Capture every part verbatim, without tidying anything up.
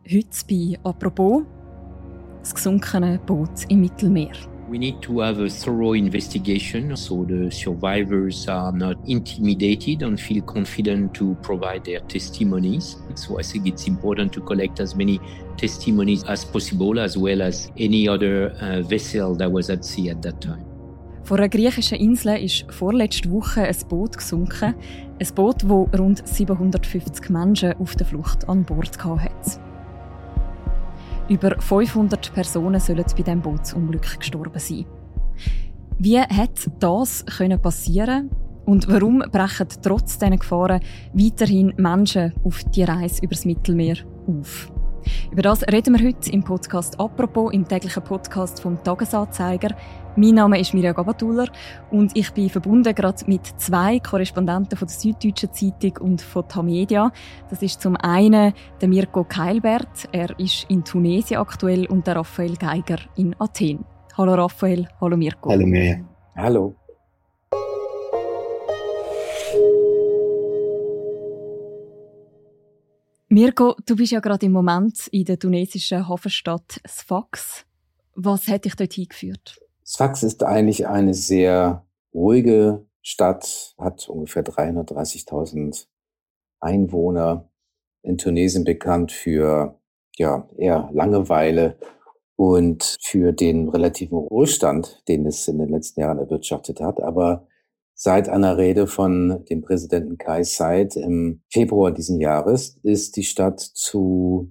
Heute bei «Apropos» das gesunkene Boot im Mittelmeer. We need to have a thorough investigation so the survivors are not intimidated and feel confident to provide their testimonies. So I think it's important to collect as many testimonies as possible, as well as any other uh, vessel that was at sea at that time. Vor einer griechischen Insel ist vorletzte Woche ein Boot gesunken. Ein Boot, das rund siebenhundertfünfzig Menschen auf der Flucht an Bord hatte. Über fünfhundert Personen sollen bei diesem Bootsunglück gestorben sein. Wie hat das passieren können? Und warum brechen trotz diesen Gefahren weiterhin Menschen auf die Reise übers Mittelmeer auf? Über das reden wir heute im Podcast «Apropos», im täglichen Podcast vom «Tagesanzeiger». Mein Name ist Mirja Gabatuller und ich bin verbunden gerade mit zwei Korrespondenten von der Süddeutschen Zeitung und von Tamedia. Das ist zum einen der Mirko Keilbert, er ist in Tunesien aktuell, und der Raphael Geiger in Athen. Hallo Raphael, hallo Mirko. Hallo Mirja. Hallo. Mirko, du bist ja gerade im Moment in der tunesischen Hafenstadt Sfax. Was hat dich dort hingeführt? Sfax ist eigentlich eine sehr ruhige Stadt, hat ungefähr dreihundertdreißigtausend Einwohner, in Tunesien bekannt für ja eher Langeweile und für den relativen Wohlstand, den es in den letzten Jahren erwirtschaftet hat. Aber seit einer Rede von dem Präsidenten Kais Saied im Februar diesen Jahres ist die Stadt zu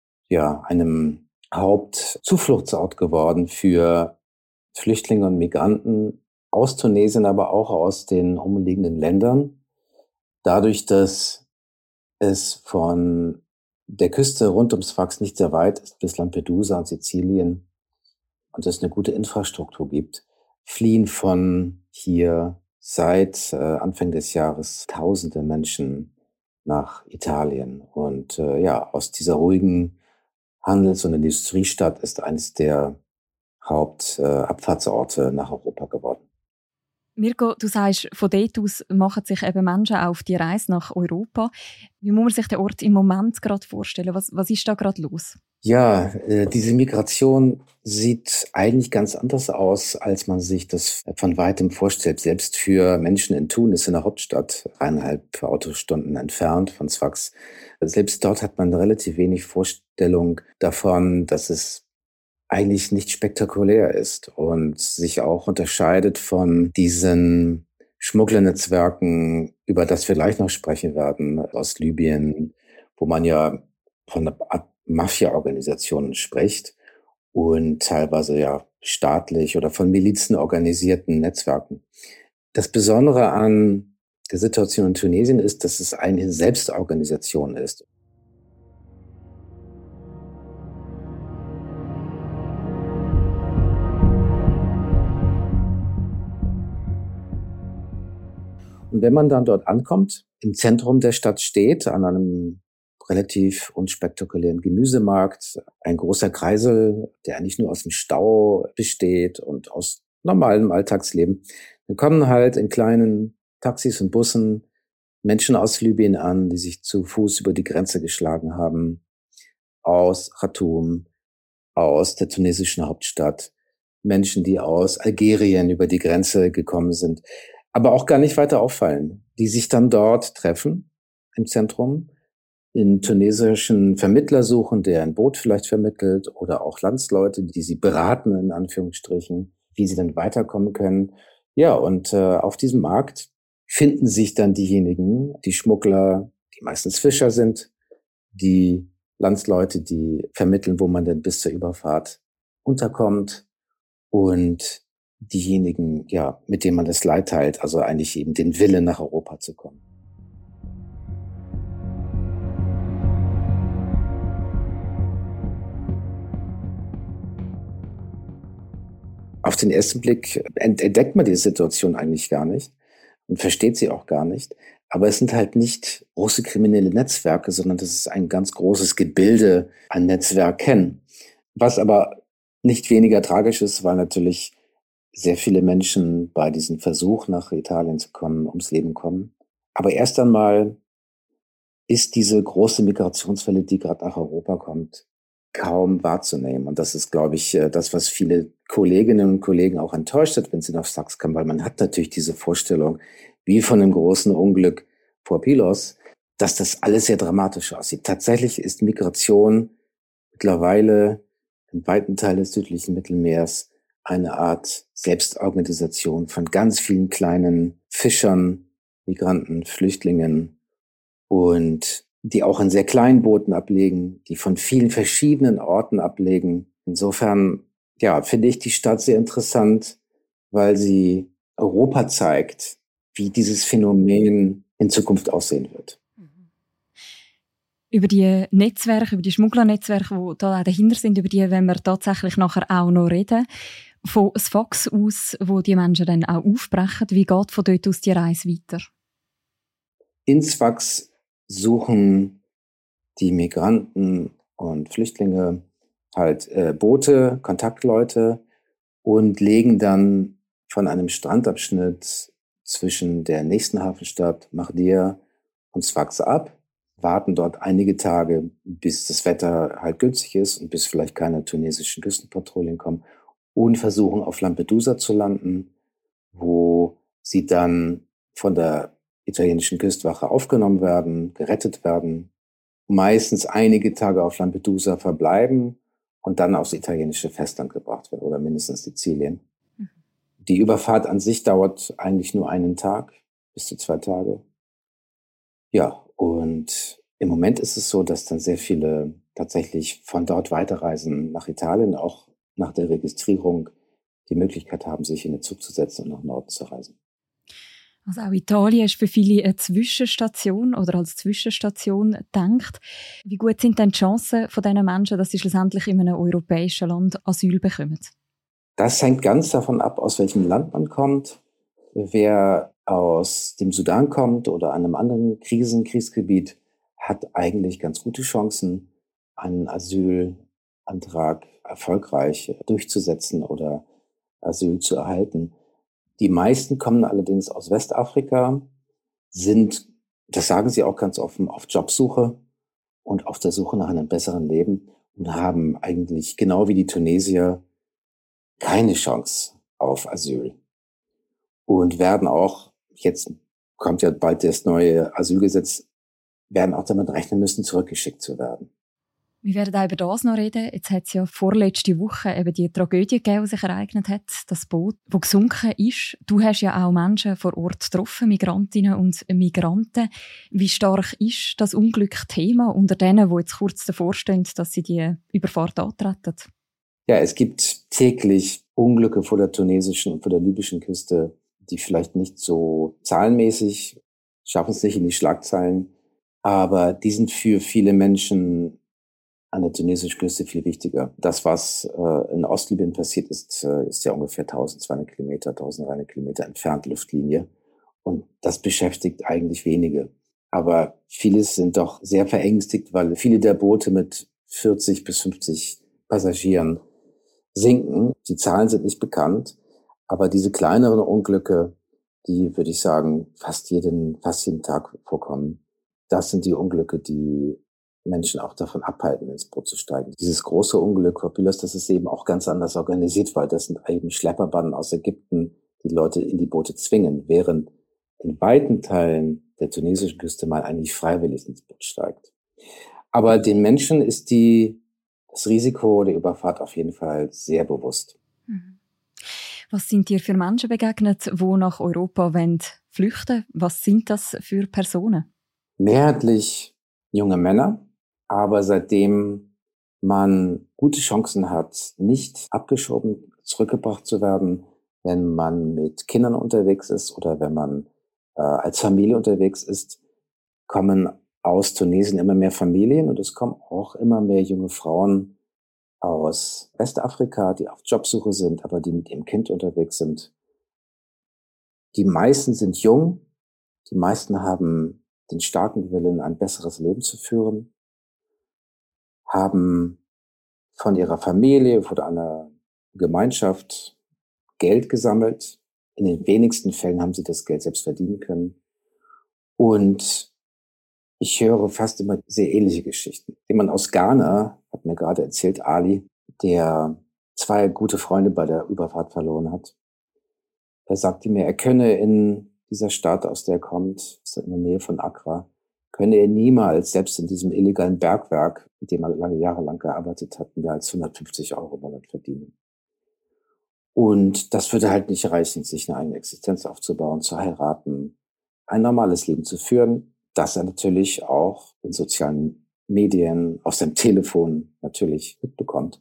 ja einem Hauptzufluchtsort geworden für Flüchtlinge und Migranten aus Tunesien, aber auch aus den umliegenden Ländern. Dadurch, dass es von der Küste rund ums Sfax nicht sehr weit ist, bis Lampedusa und Sizilien, und es eine gute Infrastruktur gibt, fliehen von hier seit äh, Anfang des Jahres tausende Menschen nach Italien. Und äh, ja, aus dieser ruhigen Handels- und Industriestadt ist eines der Hauptabfahrtsorte äh, nach Europa geworden. Mirko, du sagst, von dort aus machen sich eben Menschen auf die Reise nach Europa. Wie muss man sich den Ort im Moment gerade vorstellen? Was, was ist da gerade los? Ja, äh, diese Migration sieht eigentlich ganz anders aus, als man sich das von weitem vorstellt. Selbst für Menschen in Tunis, in der Hauptstadt, eineinhalb Autostunden entfernt von Sfax, selbst dort hat man relativ wenig Vorstellung davon, dass es eigentlich nicht spektakulär ist und sich auch unterscheidet von diesen Schmugglernetzwerken, über das wir gleich noch sprechen werden, aus Libyen, wo man ja von einer Art Mafia-Organisationen spricht und teilweise ja staatlich oder von Milizen organisierten Netzwerken. Das Besondere an der Situation in Tunesien ist, dass es eine Selbstorganisation ist. Und wenn man dann dort ankommt, im Zentrum der Stadt steht, an einem relativ unspektakulären Gemüsemarkt, ein großer Kreisel, der eigentlich nur aus dem Stau besteht und aus normalem Alltagsleben, dann kommen halt in kleinen Taxis und Bussen Menschen aus Libyen an, die sich zu Fuß über die Grenze geschlagen haben, aus Khartoum, aus der tunesischen Hauptstadt, Menschen, die aus Algerien über die Grenze gekommen sind, aber auch gar nicht weiter auffallen, die sich dann dort treffen im Zentrum, in tunesischen Vermittler suchen, der ein Boot vielleicht vermittelt, oder auch Landsleute, die sie beraten, in Anführungsstrichen, wie sie dann weiterkommen können. Ja, und äh, auf diesem Markt finden sich dann diejenigen, die Schmuggler, die meistens Fischer sind, die Landsleute, die vermitteln, wo man denn bis zur Überfahrt unterkommt, und diejenigen, ja, mit denen man das Leid teilt, also eigentlich eben den Willen, nach Europa zu kommen. Auf den ersten Blick entdeckt man die Situation eigentlich gar nicht und versteht sie auch gar nicht. Aber es sind halt nicht große kriminelle Netzwerke, sondern das ist ein ganz großes Gebilde an Netzwerken. Was aber nicht weniger tragisch ist, weil natürlich sehr viele Menschen bei diesem Versuch, nach Italien zu kommen, ums Leben kommen. Aber erst einmal ist diese große Migrationswelle, die gerade nach Europa kommt, kaum wahrzunehmen. Und das ist, glaube ich, das, was viele Kolleginnen und Kollegen auch enttäuscht hat, wenn sie nach Sachs kommen, weil man hat natürlich diese Vorstellung, wie von einem großen Unglück vor Pylos, dass das alles sehr dramatisch aussieht. Tatsächlich ist Migration mittlerweile in weiten Teilen des südlichen Mittelmeers eine Art Selbstorganisation von ganz vielen kleinen Fischern, Migranten, Flüchtlingen und die auch in sehr kleinen Booten ablegen, die von vielen verschiedenen Orten ablegen. Insofern, ja, finde ich die Stadt sehr interessant, weil sie Europa zeigt, wie dieses Phänomen in Zukunft aussehen wird. Über die Netzwerke, über die Schmugglernetzwerke, die da dahinter sind, über die wollen wir tatsächlich nachher auch noch reden. Von Sfax aus, wo die Menschen dann auch aufbrechen, wie geht von dort aus die Reise weiter? In Sfax suchen die Migranten und Flüchtlinge halt äh, Boote, Kontaktleute und legen dann von einem Strandabschnitt zwischen der nächsten Hafenstadt Mahdia und Sfax ab, warten dort einige Tage, bis das Wetter halt günstig ist und bis vielleicht keine tunesischen Küstenpatrouillen kommen und versuchen auf Lampedusa zu landen, wo sie dann von der italienischen Küstenwache aufgenommen werden, gerettet werden, meistens einige Tage auf Lampedusa verbleiben und dann aufs italienische Festland gebracht werden oder mindestens Sizilien. Mhm. Die Überfahrt an sich dauert eigentlich nur einen Tag bis zu zwei Tage. Ja, und im Moment ist es so, dass dann sehr viele tatsächlich von dort weiterreisen nach Italien, auch nach der Registrierung die Möglichkeit haben, sich in den Zug zu setzen und nach Norden zu reisen. Also auch Italien ist für viele eine Zwischenstation oder als Zwischenstation gedacht. Wie gut sind denn die Chancen von diesen Menschen, dass sie schlussendlich in einem europäischen Land Asyl bekommen? Das hängt ganz davon ab, aus welchem Land man kommt. Wer aus dem Sudan kommt oder einem anderen Krisen, Kriegsgebiet, hat eigentlich ganz gute Chancen, einen Asylantrag erfolgreich durchzusetzen oder Asyl zu erhalten. Die meisten kommen allerdings aus Westafrika, sind, das sagen sie auch ganz offen, auf Jobsuche und auf der Suche nach einem besseren Leben und haben eigentlich genau wie die Tunesier keine Chance auf Asyl. Und werden auch, jetzt kommt ja bald das neue Asylgesetz, werden auch damit rechnen müssen, zurückgeschickt zu werden. Wir werden auch über das noch reden. Jetzt hat es ja vorletzte Woche eben die Tragödie gegeben, die sich ereignet hat, das Boot, das gesunken ist. Du hast ja auch Menschen vor Ort getroffen, Migrantinnen und Migranten. Wie stark ist das Unglück Thema unter denen, die jetzt kurz davor stehen, dass sie die Überfahrt antreten? Ja, es gibt täglich Unglücke vor der tunesischen und vor der libyschen Küste, die vielleicht nicht so zahlenmäßig, schaffen es nicht in die Schlagzeilen, aber die sind für viele Menschen an der tunesischen Küste viel wichtiger. Das, was äh, in Ostlibyen passiert ist, äh, ist ja ungefähr tausendzweihundert Kilometer, tausenddreihundert Kilometer entfernt Luftlinie. Und das beschäftigt eigentlich wenige. Aber viele sind doch sehr verängstigt, weil viele der Boote mit vierzig bis fünfzig Passagieren sinken. Die Zahlen sind nicht bekannt. Aber diese kleineren Unglücke, die, würde ich sagen, fast jeden, fast jeden Tag vorkommen, das sind die Unglücke, die Menschen auch davon abhalten, ins Boot zu steigen. Dieses große Unglück vor Pylos, das ist eben auch ganz anders organisiert, weil das sind eben Schlepperbanden aus Ägypten, die Leute in die Boote zwingen, während in weiten Teilen der tunesischen Küste man eigentlich freiwillig ins Boot steigt. Aber den Menschen ist die, das Risiko der Überfahrt auf jeden Fall sehr bewusst. Was sind dir für Menschen begegnet, die nach Europa wollen flüchten? Was sind das für Personen? Mehrheitlich junge Männer. Aber seitdem man gute Chancen hat, nicht abgeschoben, zurückgebracht zu werden, wenn man mit Kindern unterwegs ist oder wenn man äh, als Familie unterwegs ist, kommen aus Tunesien immer mehr Familien und es kommen auch immer mehr junge Frauen aus Westafrika, die auf Jobsuche sind, aber die mit ihrem Kind unterwegs sind. Die meisten sind jung, die meisten haben den starken Willen, ein besseres Leben zu führen, haben von ihrer Familie oder einer Gemeinschaft Geld gesammelt. In den wenigsten Fällen haben sie das Geld selbst verdienen können. Und Ich höre fast immer sehr ähnliche Geschichten. Jemand aus Ghana hat mir gerade erzählt, Ali, der zwei gute Freunde bei der Überfahrt verloren hat. Er sagte mir, er könne in dieser Stadt, aus der er kommt, in der Nähe von Accra, könne er niemals, selbst in diesem illegalen Bergwerk, mit dem er lange Jahre lang gearbeitet hat, mehr als hundertfünfzig Euro im Monat verdienen. Und das würde halt nicht reichen, sich eine eigene Existenz aufzubauen, zu heiraten, ein normales Leben zu führen, das er natürlich auch in sozialen Medien, auf seinem Telefon natürlich mitbekommt.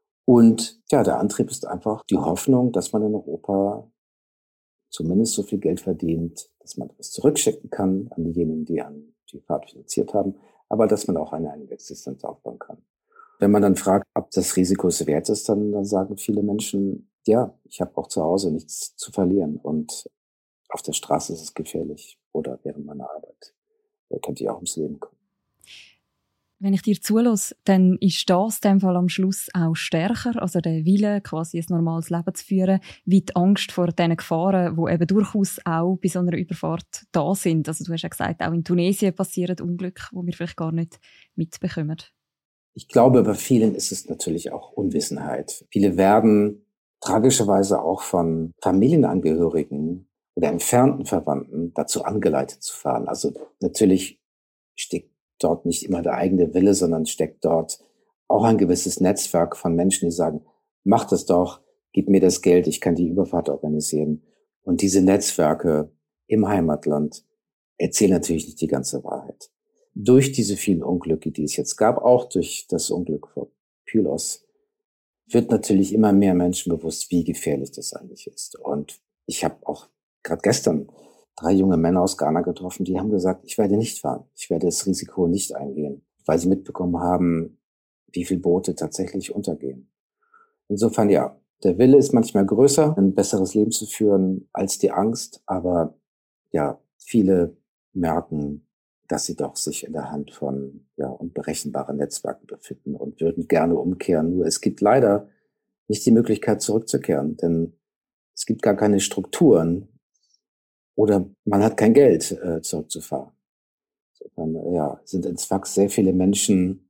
Und ja, der Antrieb ist einfach die Hoffnung, dass man in Europa zumindest so viel Geld verdient, dass man etwas zurückschicken kann an diejenigen, die an die Fahrt finanziert haben, aber dass man auch eine eigene Existenz aufbauen kann. Wenn man dann fragt, ob das Risiko es wert ist, dann, dann sagen viele Menschen, ja, ich habe auch zu Hause nichts zu verlieren und auf der Straße ist es gefährlich oder während meiner Arbeit. Da könnte ich auch ums Leben kommen. Wenn ich dir zulasse, dann ist das in dem Fall am Schluss auch stärker, also der Wille, quasi ein normales Leben zu führen, wie die Angst vor diesen Gefahren, die eben durchaus auch bei so einer Überfahrt da sind. Also du hast ja gesagt, auch in Tunesien passieren Unglücke, die wir vielleicht gar nicht mitbekommen. Ich glaube, bei vielen ist es natürlich auch Unwissenheit. Viele werden tragischerweise auch von Familienangehörigen oder entfernten Verwandten dazu angeleitet zu fahren. Also natürlich steckt dort nicht immer der eigene Wille, sondern steckt dort auch ein gewisses Netzwerk von Menschen, die sagen, mach das doch, gib mir das Geld, ich kann die Überfahrt organisieren. Und diese Netzwerke im Heimatland erzählen natürlich nicht die ganze Wahrheit. Durch diese vielen Unglücke, die es jetzt gab, auch durch das Unglück vor Pylos, wird natürlich immer mehr Menschen bewusst, wie gefährlich das eigentlich ist. Und ich habe auch gerade gestern drei junge Männer aus Ghana getroffen, die haben gesagt, ich werde nicht fahren, ich werde das Risiko nicht eingehen, weil sie mitbekommen haben, wie viele Boote tatsächlich untergehen. Insofern ja, der Wille ist manchmal größer, ein besseres Leben zu führen als die Angst, aber ja, viele merken, dass sie doch sich in der Hand von ja, unberechenbaren Netzwerken befinden und würden gerne umkehren. Nur es gibt leider nicht die Möglichkeit zurückzukehren, denn es gibt gar keine Strukturen oder man hat kein Geld, äh, zurückzufahren. Insofern, ja, sind ins Fax sehr viele Menschen,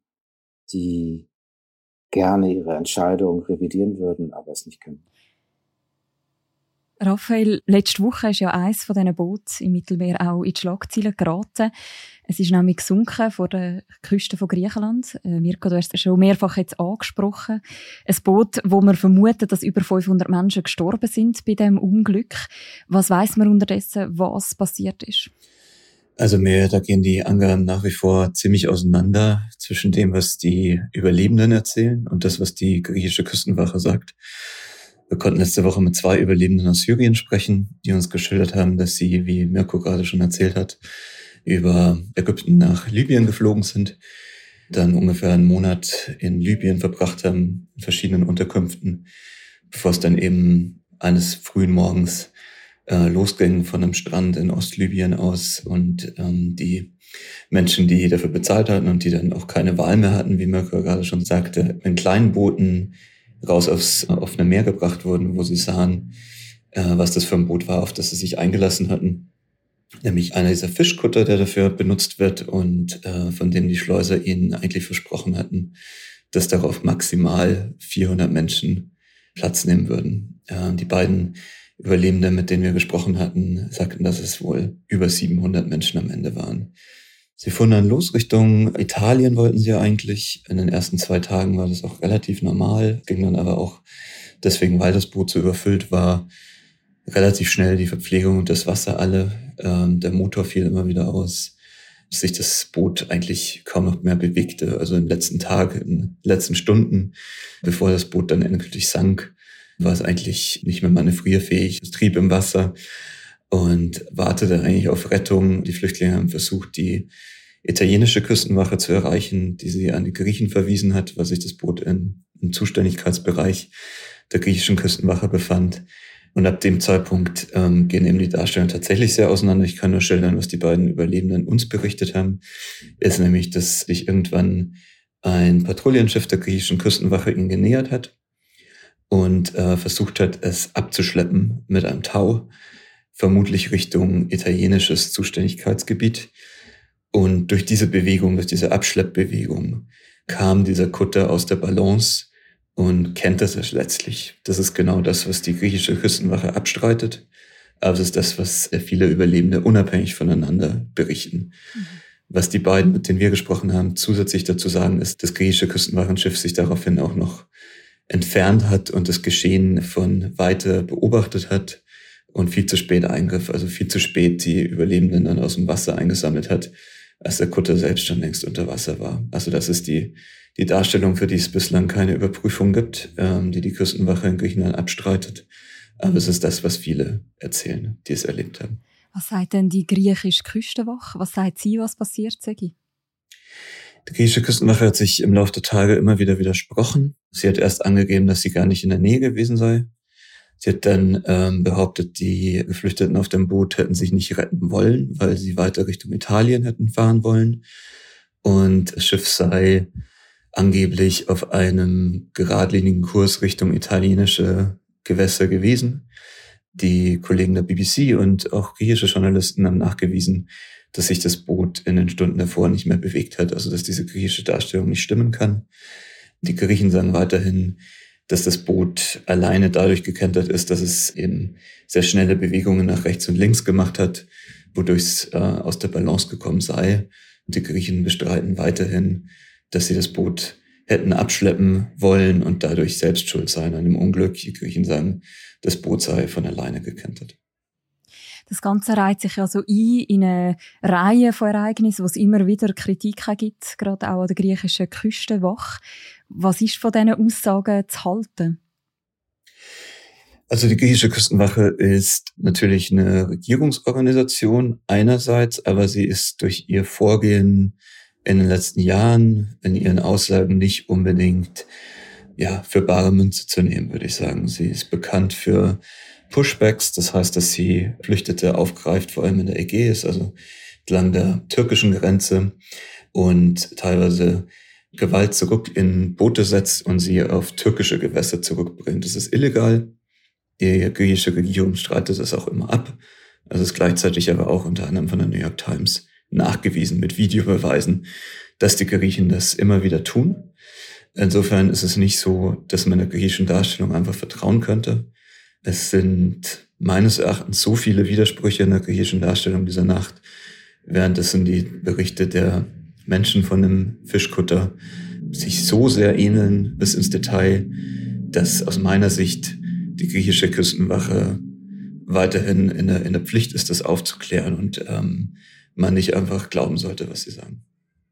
die gerne ihre Entscheidung revidieren würden, aber es nicht können. Raphael, letzte Woche ist ja eines von diesen Booten im Mittelmeer auch in die Schlagzeilen geraten. Es ist nämlich gesunken vor der Küste von Griechenland. Äh, Mirko, du hast es schon mehrfach jetzt angesprochen. Ein Boot, wo man vermutet, dass über fünfhundert Menschen gestorben sind bei diesem Unglück. Was weiss man unterdessen, was passiert ist? Also mir, da gehen die Angaben nach wie vor ziemlich auseinander zwischen dem, was die Überlebenden erzählen und das, was die griechische Küstenwache sagt. Wir konnten letzte Woche mit zwei Überlebenden aus Syrien sprechen, die uns geschildert haben, dass sie, wie Mirko gerade schon erzählt hat, über Ägypten nach Libyen geflogen sind, dann ungefähr einen Monat in Libyen verbracht haben, in verschiedenen Unterkünften, bevor es dann eben eines frühen Morgens äh, losging von einem Strand in Ostlibyen aus und ähm, die Menschen, die dafür bezahlt hatten und die dann auch keine Wahl mehr hatten, wie Mirko gerade schon sagte, in kleinen Booten raus aufs offene Meer gebracht wurden, wo sie sahen, äh, was das für ein Boot war, auf das sie sich eingelassen hatten. Nämlich einer dieser Fischkutter, der dafür benutzt wird und äh, von dem die Schleuser ihnen eigentlich versprochen hatten, dass darauf maximal vierhundert Menschen Platz nehmen würden. Äh, die beiden Überlebenden, mit denen wir gesprochen hatten, sagten, dass es wohl über siebenhundert Menschen am Ende waren. Sie fuhren dann los Richtung Italien, wollten sie ja eigentlich. In den ersten zwei Tagen war das auch relativ normal, ging dann aber auch deswegen, weil das Boot so überfüllt war, relativ schnell die Verpflegung und das Wasser alle. Ähm, der Motor fiel immer wieder aus, bis sich das Boot eigentlich kaum noch mehr bewegte. Also im letzten Tag, in den letzten Stunden, bevor das Boot dann endgültig sank, war es eigentlich nicht mehr manövrierfähig. Es trieb im Wasser und wartete eigentlich auf Rettung. Die Flüchtlinge haben versucht, die italienische Küstenwache zu erreichen, die sie an die Griechen verwiesen hat, weil sich das Boot in, im Zuständigkeitsbereich der griechischen Küstenwache befand. Und ab dem Zeitpunkt ähm, gehen eben die Darstellungen tatsächlich sehr auseinander. Ich kann nur schildern, was die beiden Überlebenden uns berichtet haben, ist nämlich, dass sich irgendwann ein Patrouillenschiff der griechischen Küstenwache ihnen genähert hat und äh, versucht hat, es abzuschleppen mit einem Tau, vermutlich Richtung italienisches Zuständigkeitsgebiet. Und durch diese Bewegung, durch diese Abschleppbewegung kam dieser Kutter aus der Balance und kenterte letztlich. Das ist genau das, was die griechische Küstenwache abstreitet. Aber es ist das, was viele Überlebende unabhängig voneinander berichten. Mhm. Was die beiden, mit denen wir gesprochen haben, zusätzlich dazu sagen, ist, das griechische Küstenwachenschiff sich daraufhin auch noch entfernt hat und das Geschehen von weiter beobachtet hat und viel zu spät eingriff, also viel zu spät die Überlebenden dann aus dem Wasser eingesammelt hat, als der Kutter selbst schon längst unter Wasser war. Also das ist die, die Darstellung, für die es bislang keine Überprüfung gibt, ähm, die die Küstenwache in Griechenland abstreitet. Aber es ist das, was viele erzählen, die es erlebt haben. Was sagt denn die griechische Küstenwache? Was sagt sie, was passiert sei? Die griechische Küstenwache hat sich im Laufe der Tage immer wieder widersprochen. Sie hat erst angegeben, dass sie gar nicht in der Nähe gewesen sei. Sie hat dann ähm, behauptet, die Geflüchteten auf dem Boot hätten sich nicht retten wollen, weil sie weiter Richtung Italien hätten fahren wollen. Und das Schiff sei angeblich auf einem geradlinigen Kurs Richtung italienische Gewässer gewesen. Die Kollegen der B B C und auch griechische Journalisten haben nachgewiesen, dass sich das Boot in den Stunden davor nicht mehr bewegt hat, also dass diese griechische Darstellung nicht stimmen kann. Die Griechen sagen weiterhin, dass das Boot alleine dadurch gekentert ist, dass es eben sehr schnelle Bewegungen nach rechts und links gemacht hat, wodurch es äh, aus der Balance gekommen sei. Und die Griechen bestreiten weiterhin, dass sie das Boot hätten abschleppen wollen und dadurch selbst schuld seien an dem Unglück. Die Griechen sagen, das Boot sei von alleine gekentert. Das Ganze reiht sich ja so ein in eine Reihe von Ereignissen, wo es immer wieder Kritik gibt, gerade auch an der griechischen Küstenwache. Was ist von diesen Aussagen zu halten? Also die griechische Küstenwache ist natürlich eine Regierungsorganisation einerseits, aber sie ist durch ihr Vorgehen in den letzten Jahren in ihren Aussagen nicht unbedingt ja für bare Münze zu nehmen, würde ich sagen. Sie ist bekannt für Pushbacks, das heißt, dass sie Geflüchtete aufgreift, vor allem in der Ägäis, also entlang der türkischen Grenze und teilweise Gewalt zurück in Boote setzt und sie auf türkische Gewässer zurückbringt. Das ist illegal. Die griechische Regierung streitet das auch immer ab. Das ist gleichzeitig aber auch unter anderem von der New York Times nachgewiesen mit Videobeweisen, dass die Griechen das immer wieder tun. Insofern ist es nicht so, dass man der griechischen Darstellung einfach vertrauen könnte. Es sind meines Erachtens so viele Widersprüche in der griechischen Darstellung dieser Nacht, währenddessen die Berichte der Menschen von dem Fischkutter sich so sehr ähneln bis ins Detail, dass aus meiner Sicht die griechische Küstenwache weiterhin in der, in der Pflicht ist, das aufzuklären und ähm, man nicht einfach glauben sollte, was sie sagen.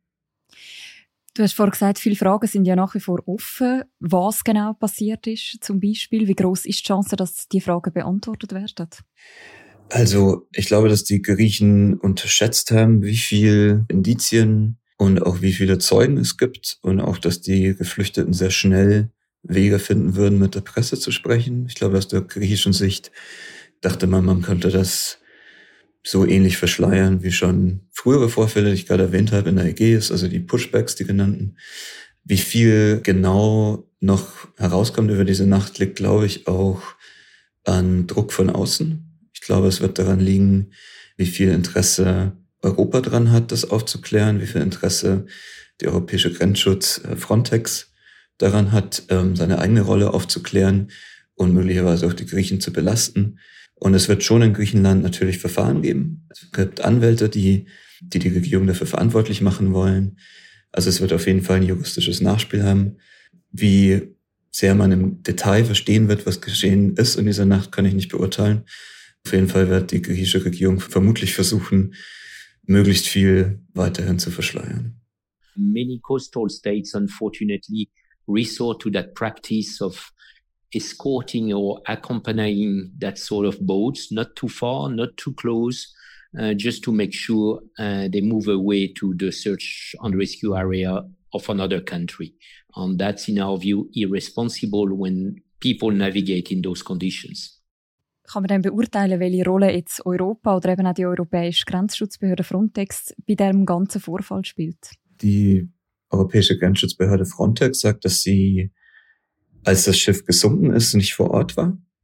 Du hast vorhin gesagt, viele Fragen sind ja nach wie vor offen. Was genau passiert ist zum Beispiel? Wie groß ist die Chance, dass die Fragen beantwortet werden? Also ich glaube, dass die Griechen unterschätzt haben, wie viel Indizien und auch wie viele Zeugen es gibt und auch, dass die Geflüchteten sehr schnell Wege finden würden, mit der Presse zu sprechen. Ich glaube, aus der griechischen Sicht dachte man, man könnte das so ähnlich verschleiern wie schon frühere Vorfälle, die ich gerade erwähnt habe in der Ägäis, also die Pushbacks, die genannten. Wie viel genau noch herauskommt über diese Nacht, liegt, glaube ich, auch an Druck von außen. Ich glaube, es wird daran liegen, wie viel Interesse Europa dran hat, das aufzuklären, wie viel Interesse die europäische Grenzschutz Frontex daran hat, seine eigene Rolle aufzuklären und möglicherweise auch die Griechen zu belasten. Und es wird schon in Griechenland natürlich Verfahren geben. Es gibt Anwälte, die, die die Regierung dafür verantwortlich machen wollen. Also es wird auf jeden Fall ein juristisches Nachspiel haben. Wie sehr man im Detail verstehen wird, was geschehen ist in dieser Nacht, kann ich nicht beurteilen. Auf jeden Fall wird die griechische Regierung vermutlich versuchen, möglichst viel weiterhin zu verschleiern. Many coastal states, unfortunately, resort to that practice of escorting or accompanying that sort of boats, not too far, not too close, uh, just to make sure uh, they move away to the search and rescue area of another country. And that's, in our view, irresponsible when people navigate in those conditions. Kann man dann beurteilen, welche Rolle jetzt Europa oder eben auch die europäische Grenzschutzbehörde Frontex bei diesem ganzen Vorfall spielt? Die europäische Grenzschutzbehörde Frontex sagt, dass sie, als das Schiff gesunken ist, nicht vor Ort war.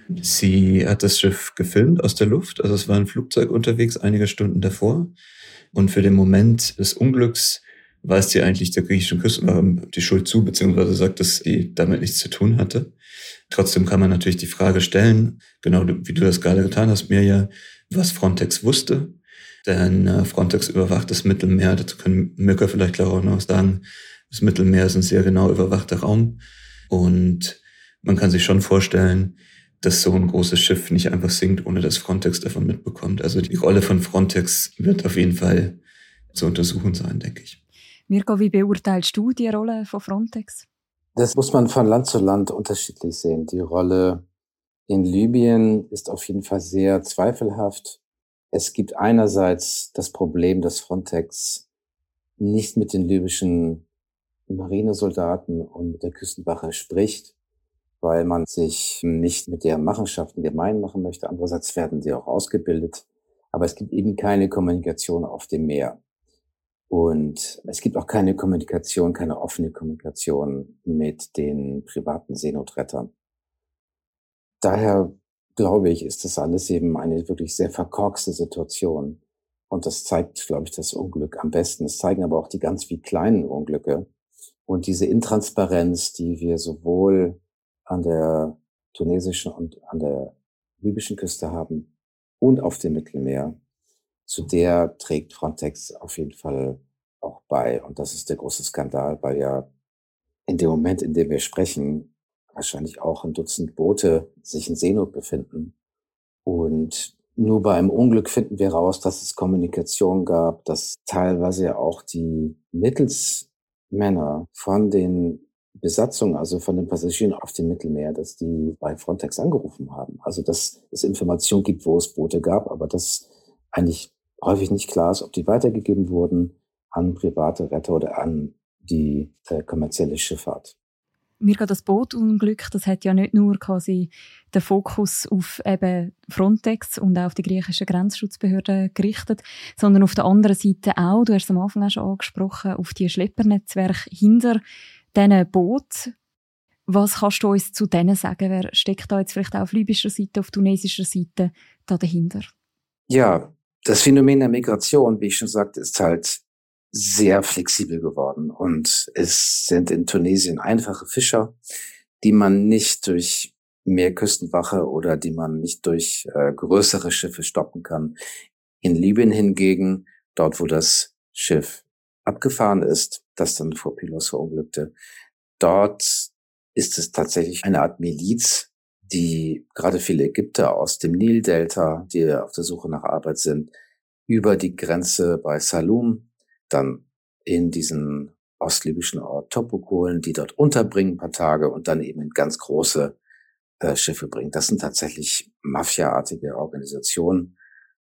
Sie hat das Schiff gefilmt aus der Luft, also es war ein Flugzeug unterwegs einige Stunden davor. Und für den Moment des Unglücks weist sie eigentlich der griechischen Küstenwache die Schuld zu, beziehungsweise sagt, dass sie damit nichts zu tun hatte. Trotzdem kann man natürlich die Frage stellen, genau wie du das gerade getan hast, Mirja, was Frontex wusste. Denn Frontex überwacht das Mittelmeer, dazu können Mirka vielleicht auch noch sagen, das Mittelmeer ist ein sehr genau überwachter Raum. Und man kann sich schon vorstellen, dass so ein großes Schiff nicht einfach sinkt, ohne dass Frontex davon mitbekommt. Also die Rolle von Frontex wird auf jeden Fall zu untersuchen sein, denke ich. Mirko, wie beurteilst du die Rolle von Frontex? Das muss man von Land zu Land unterschiedlich sehen. Die Rolle in Libyen ist auf jeden Fall sehr zweifelhaft. Es gibt einerseits das Problem, dass Frontex nicht mit den libyschen Marinesoldaten und mit der Küstenwache spricht, weil man sich nicht mit deren Machenschaften gemein machen möchte. Andererseits werden sie auch ausgebildet. Aber es gibt eben keine Kommunikation auf dem Meer. Und es gibt auch keine Kommunikation, keine offene Kommunikation mit den privaten Seenotrettern. Daher glaube ich, ist das alles eben eine wirklich sehr verkorkste Situation. Und das zeigt, glaube ich, das Unglück am besten. Es zeigen aber auch die ganz wie kleinen Unglücke. Und diese Intransparenz, die wir sowohl an der tunesischen und an der libyschen Küste haben und auf dem Mittelmeer, zu der trägt Frontex auf jeden Fall auch bei. Und das ist der große Skandal, weil ja in dem Moment, in dem wir sprechen, wahrscheinlich auch ein Dutzend Boote sich in Seenot befinden. Und nur bei einem Unglück finden wir raus, dass es Kommunikation gab, dass teilweise ja auch die Mittelsmänner von den Besatzungen, also von den Passagieren auf dem Mittelmeer, dass die bei Frontex angerufen haben. Also dass es Informationen gibt, wo es Boote gab, aber dass eigentlich häufig nicht klar ist, ob die weitergegeben wurden an private Retter oder an die äh, kommerzielle Schifffahrt. Mirka, das Bootunglück, das hat ja nicht nur quasi den Fokus auf eben Frontex und auch auf die griechischen Grenzschutzbehörden gerichtet, sondern auf der anderen Seite auch, du hast es am Anfang auch schon angesprochen, auf die Schleppernetzwerke hinter diesen Booten. Was kannst du uns zu denen sagen? Wer steckt da jetzt vielleicht auch auf libyscher Seite, auf tunesischer Seite da dahinter? Ja, das Phänomen der Migration, wie ich schon sagte, ist halt sehr flexibel geworden. Und es sind in Tunesien einfache Fischer, die man nicht durch Meerküstenwache oder die man nicht durch äh, größere Schiffe stoppen kann. In Libyen hingegen, dort wo das Schiff abgefahren ist, das dann vor Pylos verunglückte, dort ist es tatsächlich eine Art Miliz, die gerade viele Ägypter aus dem Nildelta, die auf der Suche nach Arbeit sind, über die Grenze bei Salum, dann in diesen ostlibyschen Ort Topuk holen, die dort unterbringen ein paar Tage und dann eben in ganz große äh, Schiffe bringen. Das sind tatsächlich mafiaartige Organisationen.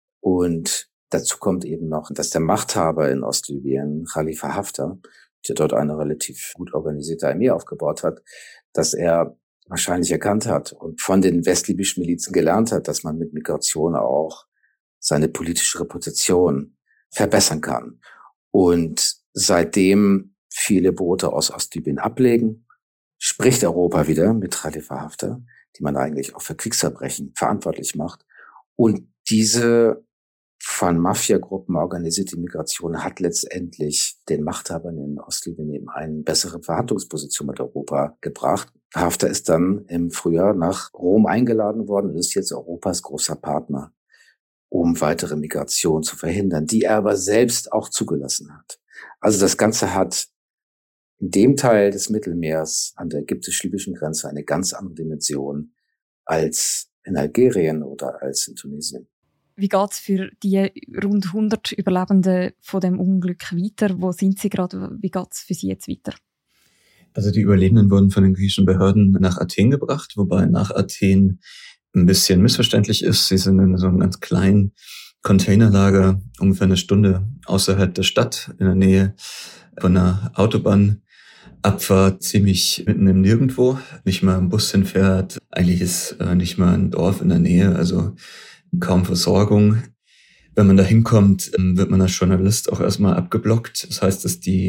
Und dazu kommt eben noch, dass der Machthaber in Ostlibyen, Khalifa Haftar, der dort eine relativ gut organisierte Armee aufgebaut hat, dass er wahrscheinlich erkannt hat und von den westlibyschen Milizen gelernt hat, dass man mit Migration auch seine politische Reputation verbessern kann. Und seitdem viele Boote aus Ostlibyen ablegen, spricht Europa wieder mit Khalifa Haftar, die man eigentlich auch für Kriegsverbrechen verantwortlich macht. Und diese von Mafiagruppen organisierte Migration hat letztendlich den Machthabern in Ostlibyen eben eine bessere Verhandlungsposition mit Europa gebracht. Haftar ist dann im Frühjahr nach Rom eingeladen worden und ist jetzt Europas großer Partner, um weitere Migration zu verhindern, die er aber selbst auch zugelassen hat. Also das Ganze hat in dem Teil des Mittelmeers an der ägyptisch-libyschen Grenze eine ganz andere Dimension als in Algerien oder als in Tunesien. Wie geht es für die rund hundert Überlebenden von dem Unglück weiter? Wo sind sie gerade? Wie geht es für sie jetzt weiter? Also die Überlebenden wurden von den griechischen Behörden nach Athen gebracht, wobei nach Athen ein bisschen missverständlich ist. Sie sind in so einem ganz kleinen Containerlager, ungefähr eine Stunde außerhalb der Stadt, in der Nähe von einer Autobahnabfahrt, ziemlich mitten im Nirgendwo. Nicht mal ein Bus hinfährt. Eigentlich ist äh, nicht mal ein Dorf in der Nähe, also kaum Versorgung. Wenn man da hinkommt, wird man als Journalist auch erstmal abgeblockt. Das heißt, dass die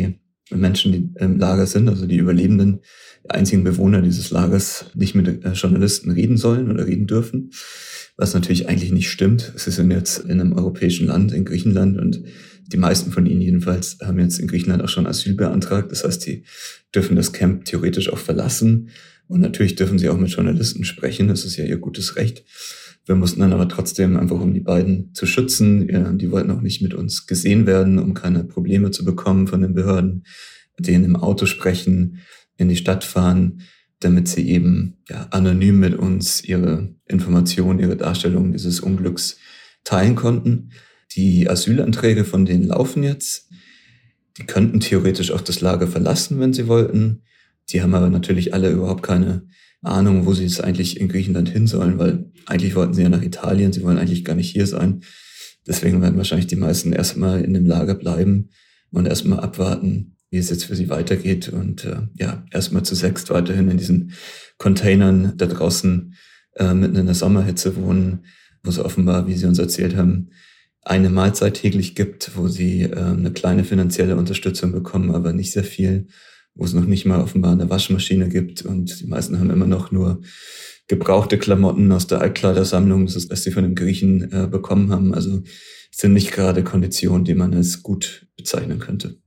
Menschen, die im Lager sind, also die Überlebenden, die einzigen Bewohner dieses Lagers, nicht mit Journalisten reden sollen oder reden dürfen, was natürlich eigentlich nicht stimmt. Sie sind jetzt in einem europäischen Land, in Griechenland, und die meisten von ihnen jedenfalls haben jetzt in Griechenland auch schon Asyl beantragt. Das heißt, die dürfen das Camp theoretisch auch verlassen. Und natürlich dürfen sie auch mit Journalisten sprechen. Das ist ja ihr gutes Recht. Wir mussten dann aber trotzdem, einfach um die beiden zu schützen, ja, die wollten auch nicht mit uns gesehen werden, um keine Probleme zu bekommen von den Behörden, denen im Auto sprechen, in die Stadt fahren, damit sie eben ja anonym mit uns ihre Informationen, ihre Darstellung dieses Unglücks teilen konnten. Die Asylanträge von denen laufen jetzt. Die könnten theoretisch auch das Lager verlassen, wenn sie wollten. Die haben aber natürlich alle überhaupt keine Ahnung, wo sie jetzt eigentlich in Griechenland hin sollen, weil eigentlich wollten sie ja nach Italien, sie wollen eigentlich gar nicht hier sein. Deswegen werden wahrscheinlich die meisten erstmal in dem Lager bleiben und erstmal abwarten, wie es jetzt für sie weitergeht, und äh, ja, erstmal zu sechst weiterhin in diesen Containern da draußen äh, mitten in der Sommerhitze wohnen, wo es offenbar, wie sie uns erzählt haben, eine Mahlzeit täglich gibt, wo sie äh, eine kleine finanzielle Unterstützung bekommen, aber nicht sehr viel, wo es noch nicht mal offenbar eine Waschmaschine gibt, und die meisten haben immer noch nur gebrauchte Klamotten aus der Altkleidersammlung, das ist, was sie von dem Griechen äh, bekommen haben. Also es sind nicht gerade Konditionen, die man als gut bezeichnen könnte.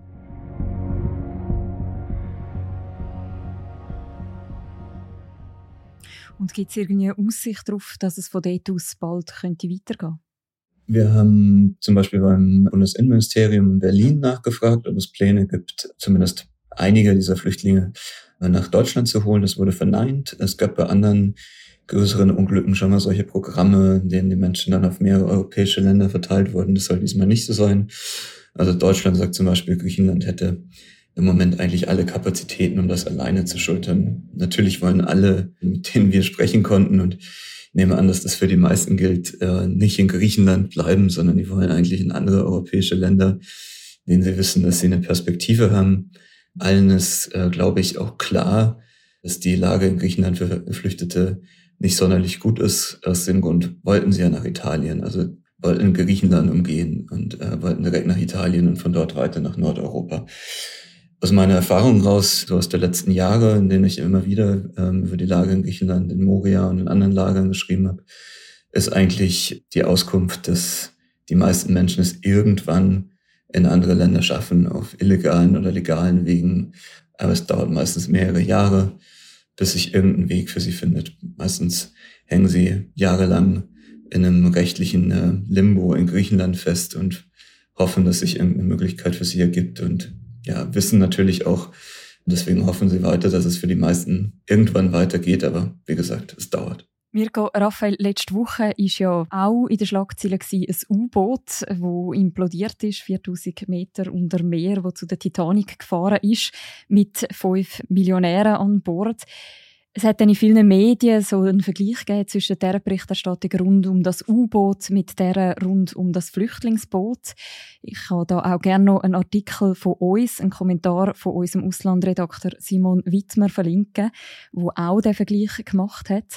Und gibt es irgendeine Aussicht darauf, dass es von dort aus bald könnte weitergehen? Wir haben zum Beispiel beim Bundesinnenministerium in Berlin nachgefragt, ob es Pläne gibt, zumindest einige dieser Flüchtlinge nach Deutschland zu holen. Das wurde verneint. Es gab bei anderen größeren Unglücken schon mal solche Programme, in denen die Menschen dann auf mehrere europäische Länder verteilt wurden. Das soll diesmal nicht so sein. Also Deutschland sagt zum Beispiel, Griechenland hätte im Moment eigentlich alle Kapazitäten, um das alleine zu schultern. Natürlich wollen alle, mit denen wir sprechen konnten, und ich nehme an, dass das für die meisten gilt, nicht in Griechenland bleiben, sondern die wollen eigentlich in andere europäische Länder, in denen sie wissen, dass sie eine Perspektive haben. Allen ist, glaube ich, auch klar, dass die Lage in Griechenland für Geflüchtete nicht sonderlich gut ist. Aus dem Grund wollten sie ja nach Italien, also wollten Griechenland umgehen und wollten direkt nach Italien und von dort weiter nach Nordeuropa. Aus meiner Erfahrung raus, so aus der letzten Jahre, in denen ich immer wieder ähm, über die Lage in Griechenland, in Moria und in anderen Lagern geschrieben habe, ist eigentlich die Auskunft, dass die meisten Menschen es irgendwann in andere Länder schaffen, auf illegalen oder legalen Wegen. Aber es dauert meistens mehrere Jahre, bis sich irgendein Weg für sie findet. Meistens hängen sie jahrelang in einem rechtlichen äh, Limbo in Griechenland fest und hoffen, dass sich irgendeine Möglichkeit für sie ergibt, und ja, wissen natürlich auch, deswegen hoffen sie weiter, dass es für die meisten irgendwann weitergeht, aber wie gesagt, es dauert. Mirko, Raphael, letzte Woche war ja auch in der Schlagzeile ein U-Boot, das implodiert ist, viertausend Meter unter Meer, das zu der Titanic gefahren ist, mit fünf Millionären an Bord. Es hat dann in vielen Medien so einen Vergleich gegeben zwischen der Berichterstattung rund um das U-Boot mit der rund um das Flüchtlingsboot. Ich habe da auch gerne noch einen Artikel von uns, einen Kommentar von unserem Auslandredakteur Simon Wittmer verlinken, der auch den Vergleich gemacht hat.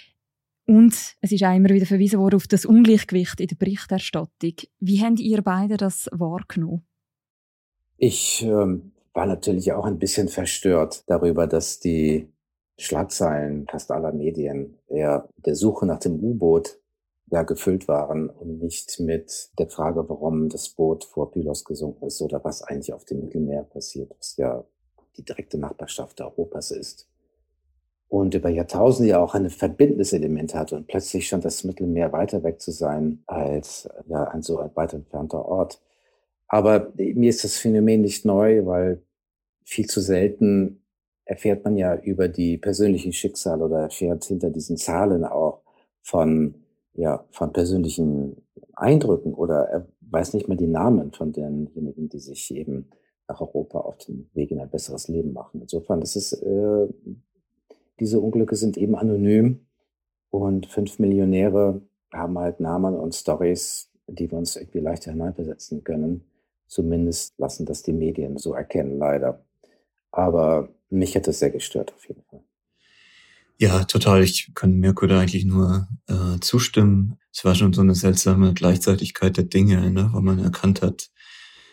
Und es ist auch immer wieder verwiesen worden auf das Ungleichgewicht in der Berichterstattung. Wie habt ihr beide das wahrgenommen? Ich ähm, war natürlich auch ein bisschen verstört darüber, dass die Schlagzeilen fast aller Medien eher der Suche nach dem U-Boot ja gefüllt waren und nicht mit der Frage, warum das Boot vor Pylos gesunken ist oder was eigentlich auf dem Mittelmeer passiert, was ja die direkte Nachbarschaft Europas ist. Und über Jahrtausende ja auch ein verbindendes Element hatte, und plötzlich scheint das Mittelmeer weiter weg zu sein als ja ein so weit entfernter Ort. Aber mir ist das Phänomen nicht neu, weil viel zu selten erfährt man ja über die persönlichen Schicksale oder erfährt hinter diesen Zahlen auch von, ja, von persönlichen Eindrücken, oder er weiß nicht mehr die Namen von denjenigen, die sich eben nach Europa auf den Weg in ein besseres Leben machen. Insofern, das ist, äh, diese Unglücke sind eben anonym, und fünf Millionäre haben halt Namen und Storys, die wir uns irgendwie leichter hineinversetzen können. Zumindest lassen das die Medien so erkennen, leider. Aber mich hat das sehr gestört, auf jeden Fall. Ja, total. Ich kann Mirko da eigentlich nur äh, zustimmen. Es war schon so eine seltsame Gleichzeitigkeit der Dinge, ne, wo man erkannt hat,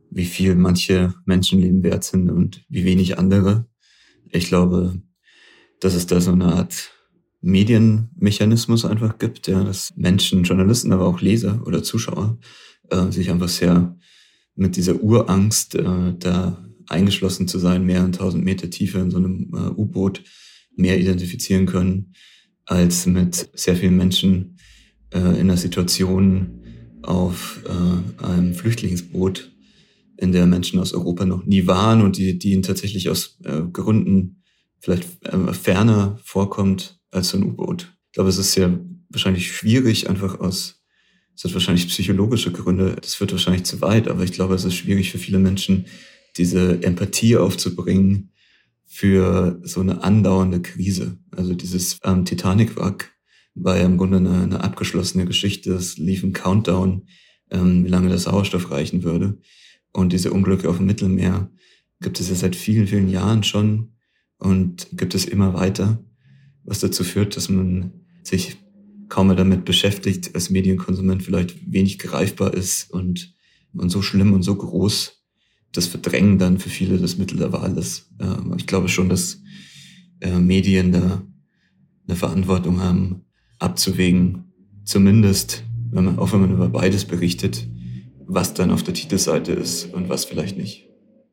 wie viel manche Menschenleben wert sind und wie wenig andere. Ich glaube, dass es da so eine Art Medienmechanismus einfach gibt, ja, dass Menschen, Journalisten, aber auch Leser oder Zuschauer äh, sich einfach sehr mit dieser Urangst, äh, da eingeschlossen zu sein, mehr als tausend Meter Tiefe in so einem äh, U-Boot, mehr identifizieren können, als mit sehr vielen Menschen äh, in einer Situation auf äh, einem Flüchtlingsboot, in der Menschen aus Europa noch nie waren und die, die ihnen tatsächlich aus äh, Gründen vielleicht äh, ferner vorkommt als so ein U-Boot. Ich glaube, es ist sehr wahrscheinlich schwierig, einfach aus, es hat wahrscheinlich psychologische Gründe, das wird wahrscheinlich zu weit, aber ich glaube, es ist schwierig für viele Menschen, diese Empathie aufzubringen für so eine andauernde Krise. Also dieses ähm, Titanic-Wrack war ja im Grunde eine, eine abgeschlossene Geschichte. Es lief ein Countdown, ähm, wie lange der Sauerstoff reichen würde. Und diese Unglücke auf dem Mittelmeer gibt es ja seit vielen, vielen Jahren schon und gibt es immer weiter, was dazu führt, dass man sich kaum mehr damit beschäftigt, als Medienkonsument vielleicht wenig greifbar ist und, und so schlimm und so groß, das Verdrängen dann für viele das Mittel der Wahl ist. Äh, ich glaube schon, dass äh, Medien da eine Verantwortung haben, abzuwägen, zumindest, wenn man, auch wenn man über beides berichtet, was dann auf der Titelseite ist und was vielleicht nicht.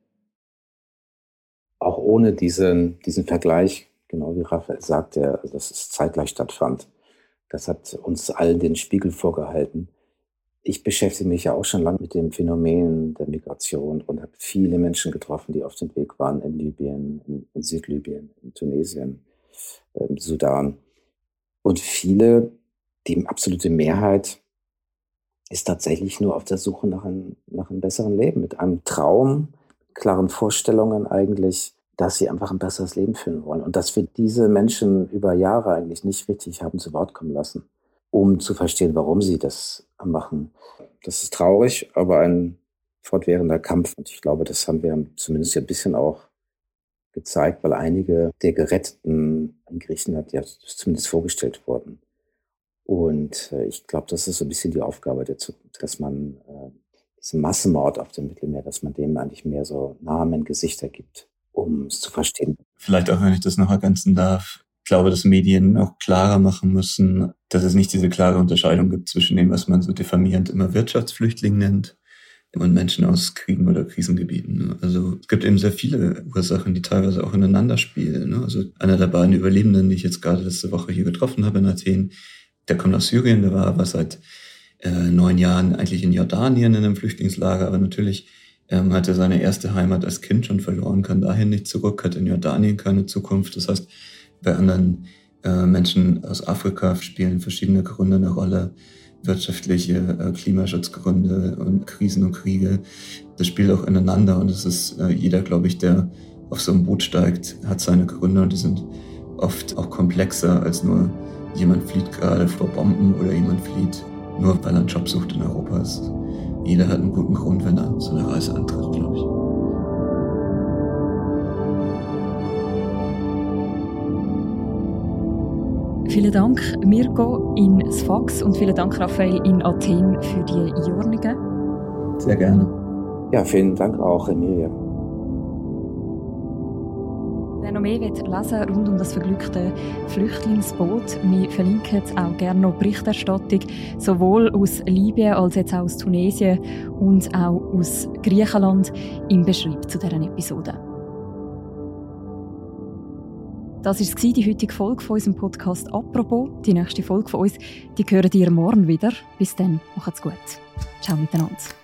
Auch ohne diesen, diesen Vergleich, genau wie Raphael sagt, der, dass es zeitgleich stattfand, das hat uns allen den Spiegel vorgehalten. Ich beschäftige mich ja auch schon lange mit dem Phänomen der Migration und habe viele Menschen getroffen, die auf dem Weg waren in Libyen, in, in Südlibyen, in Tunesien, im Sudan. Und viele, die absolute Mehrheit, ist tatsächlich nur auf der Suche nach einem, nach einem besseren Leben, mit einem Traum, klaren Vorstellungen eigentlich, dass sie einfach ein besseres Leben führen wollen. Und dass wir diese Menschen über Jahre eigentlich nicht richtig haben zu Wort kommen lassen, um zu verstehen, warum sie das machen. Das ist traurig, aber ein fortwährender Kampf. Und ich glaube, das haben wir zumindest ein bisschen auch gezeigt, weil einige der Geretteten in Griechenland ja zumindest vorgestellt wurden. Und äh, ich glaube, das ist so ein bisschen die Aufgabe der Zukunft, dass man äh, diesen Massenmord auf dem Mittelmeer, dass man dem eigentlich mehr so Namen, Gesichter gibt, um es zu verstehen. Vielleicht auch, wenn ich das noch ergänzen darf, ich glaube, dass Medien auch klarer machen müssen, dass es nicht diese klare Unterscheidung gibt zwischen dem, was man so diffamierend immer Wirtschaftsflüchtling nennt und Menschen aus Kriegen oder Krisengebieten. Also es gibt eben sehr viele Ursachen, die teilweise auch ineinander spielen. Also einer der beiden Überlebenden, die ich jetzt gerade letzte Woche hier getroffen habe in Athen, der kommt aus Syrien, der war aber seit äh, neun Jahren eigentlich in Jordanien in einem Flüchtlingslager, aber natürlich ähm, hat er seine erste Heimat als Kind schon verloren, kann dahin nicht zurück, hat in Jordanien keine Zukunft. Das heißt, bei anderen äh, Menschen aus Afrika spielen verschiedene Gründe eine Rolle, wirtschaftliche, äh, Klimaschutzgründe und Krisen und Kriege. Das spielt auch ineinander und es ist äh, jeder, glaube ich, der auf so ein Boot steigt, hat seine Gründe und die sind oft auch komplexer als nur jemand flieht gerade vor Bomben oder jemand flieht nur, weil er einen Job sucht in Europa. Es, jeder hat einen guten Grund, wenn er so eine Reise antritt, glaube ich. Vielen Dank, Mirko in Sfax und vielen Dank, Raphael in Athen, für die Einordnungen. Sehr gerne. Ja, vielen Dank auch, Emilia. Wer noch mehr lesen will rund um das verglückte Flüchtlingsboot, wir verlinken auch gerne noch Berichterstattung, sowohl aus Libyen als jetzt auch aus Tunesien und auch aus Griechenland im Beschreib zu dieser Episode. Das war die heutige Folge von unserem Podcast «Apropos». Die nächste Folge von uns, die hören ihr morgen wieder. Bis dann, macht's gut. Ciao miteinander.